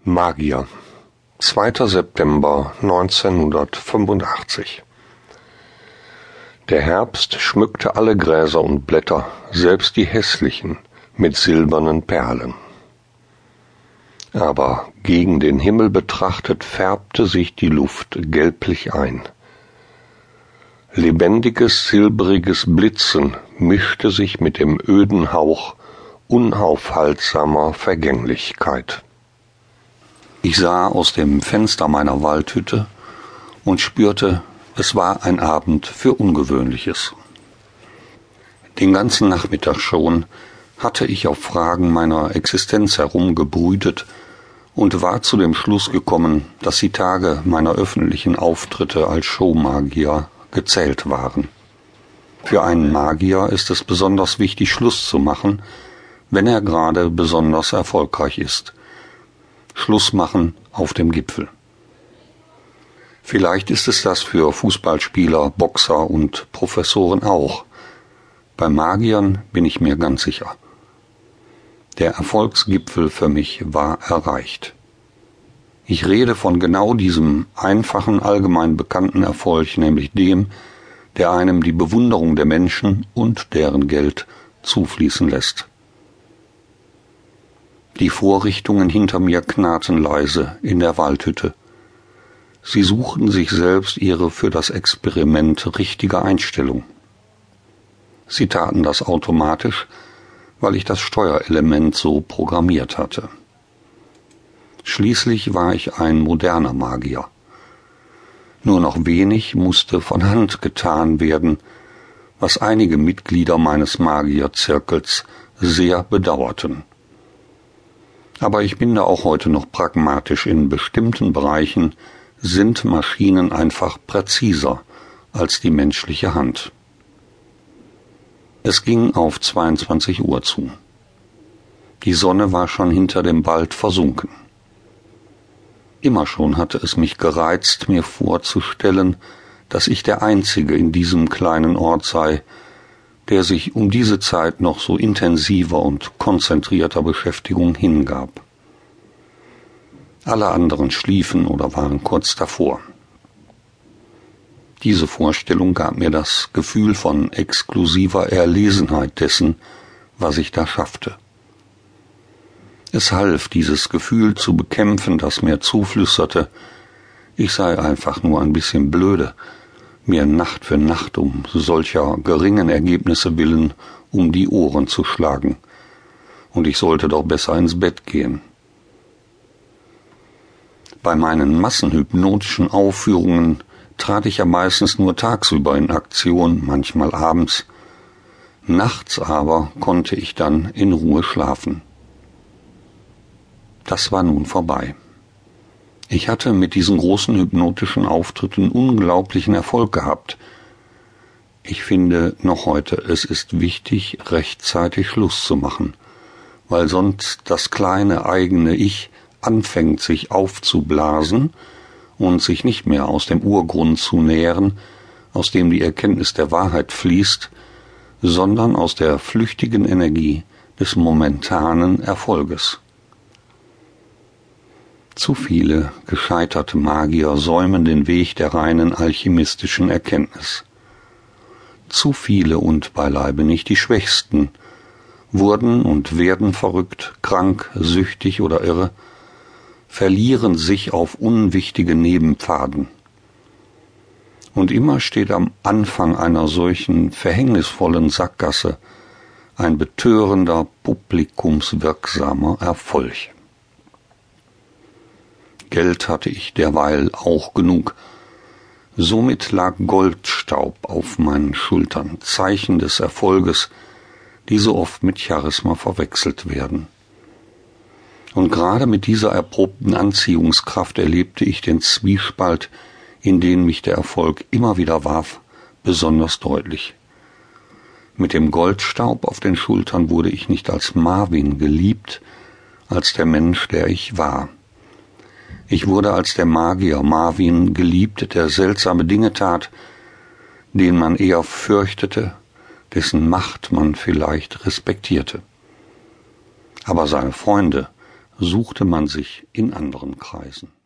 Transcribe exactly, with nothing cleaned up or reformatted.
Magier, zweiter September neunzehnhundertfünfundachtzig. Der Herbst schmückte alle Gräser und Blätter, selbst die hässlichen, mit silbernen Perlen. Aber gegen den Himmel betrachtet färbte sich die Luft gelblich ein. Lebendiges, silbriges Blitzen mischte sich mit dem öden Hauch unaufhaltsamer Vergänglichkeit. Ich sah aus dem Fenster meiner Waldhütte und spürte, es war ein Abend für Ungewöhnliches. Den ganzen Nachmittag schon hatte ich auf Fragen meiner Existenz herumgebrütet und war zu dem Schluss gekommen, dass die Tage meiner öffentlichen Auftritte als Showmagier gezählt waren. Für einen Magier ist es besonders wichtig, Schluss zu machen, wenn er gerade besonders erfolgreich ist. Schluss machen auf dem Gipfel. Vielleicht ist es das für Fußballspieler, Boxer und Professoren auch. Bei Magiern bin ich mir ganz sicher. Der Erfolgsgipfel für mich war erreicht. Ich rede von genau diesem einfachen, allgemein bekannten Erfolg, nämlich dem, der einem die Bewunderung der Menschen und deren Geld zufließen lässt. Die Vorrichtungen hinter mir knarrten leise in der Waldhütte. Sie suchten sich selbst ihre für das Experiment richtige Einstellung. Sie taten das automatisch, weil ich das Steuerelement so programmiert hatte. Schließlich war ich ein moderner Magier. Nur noch wenig musste von Hand getan werden, was einige Mitglieder meines Magierzirkels sehr bedauerten. Aber ich bin da auch heute noch pragmatisch. In bestimmten Bereichen sind Maschinen einfach präziser als die menschliche Hand. Es ging auf zweiundzwanzig Uhr zu. Die Sonne war schon hinter dem Wald versunken. Immer schon hatte es mich gereizt, mir vorzustellen, dass ich der Einzige in diesem kleinen Ort sei, der sich um diese Zeit noch so intensiver und konzentrierter Beschäftigung hingab. Alle anderen schliefen oder waren kurz davor. Diese Vorstellung gab mir das Gefühl von exklusiver Erlesenheit dessen, was ich da schaffte. Es half, dieses Gefühl zu bekämpfen, das mir zuflüsterte, ich sei einfach nur ein bisschen blöde, mir Nacht für Nacht um solcher geringen Ergebnisse willen um die Ohren zu schlagen, und ich sollte doch besser ins Bett gehen. Bei meinen massenhypnotischen Aufführungen trat ich ja meistens nur tagsüber in Aktion, manchmal abends. Nachts aber konnte ich dann in Ruhe schlafen. Das war nun vorbei. Ich hatte mit diesen großen hypnotischen Auftritten unglaublichen Erfolg gehabt. Ich finde noch heute, es ist wichtig, rechtzeitig Schluss zu machen, weil sonst das kleine eigene Ich anfängt, sich aufzublasen und sich nicht mehr aus dem Urgrund zu nähren, aus dem die Erkenntnis der Wahrheit fließt, sondern aus der flüchtigen Energie des momentanen Erfolges. Zu viele gescheiterte Magier säumen den Weg der reinen alchemistischen Erkenntnis. Zu viele und beileibe nicht die Schwächsten wurden und werden verrückt, krank, süchtig oder irre, verlieren sich auf unwichtige Nebenpfaden. Und immer steht am Anfang einer solchen verhängnisvollen Sackgasse ein betörender, publikumswirksamer Erfolg. Geld hatte ich derweil auch genug. Somit lag Goldstaub auf meinen Schultern, Zeichen des Erfolges, die so oft mit Charisma verwechselt werden. Und gerade mit dieser erprobten Anziehungskraft erlebte ich den Zwiespalt, in den mich der Erfolg immer wieder warf, besonders deutlich. Mit dem Goldstaub auf den Schultern wurde ich nicht als Marvin geliebt, als der Mensch, der ich war. Ich wurde als der Magier Marvin geliebt, der seltsame Dinge tat, den man eher fürchtete, dessen Macht man vielleicht respektierte. Aber seine Freunde suchte man sich in anderen Kreisen.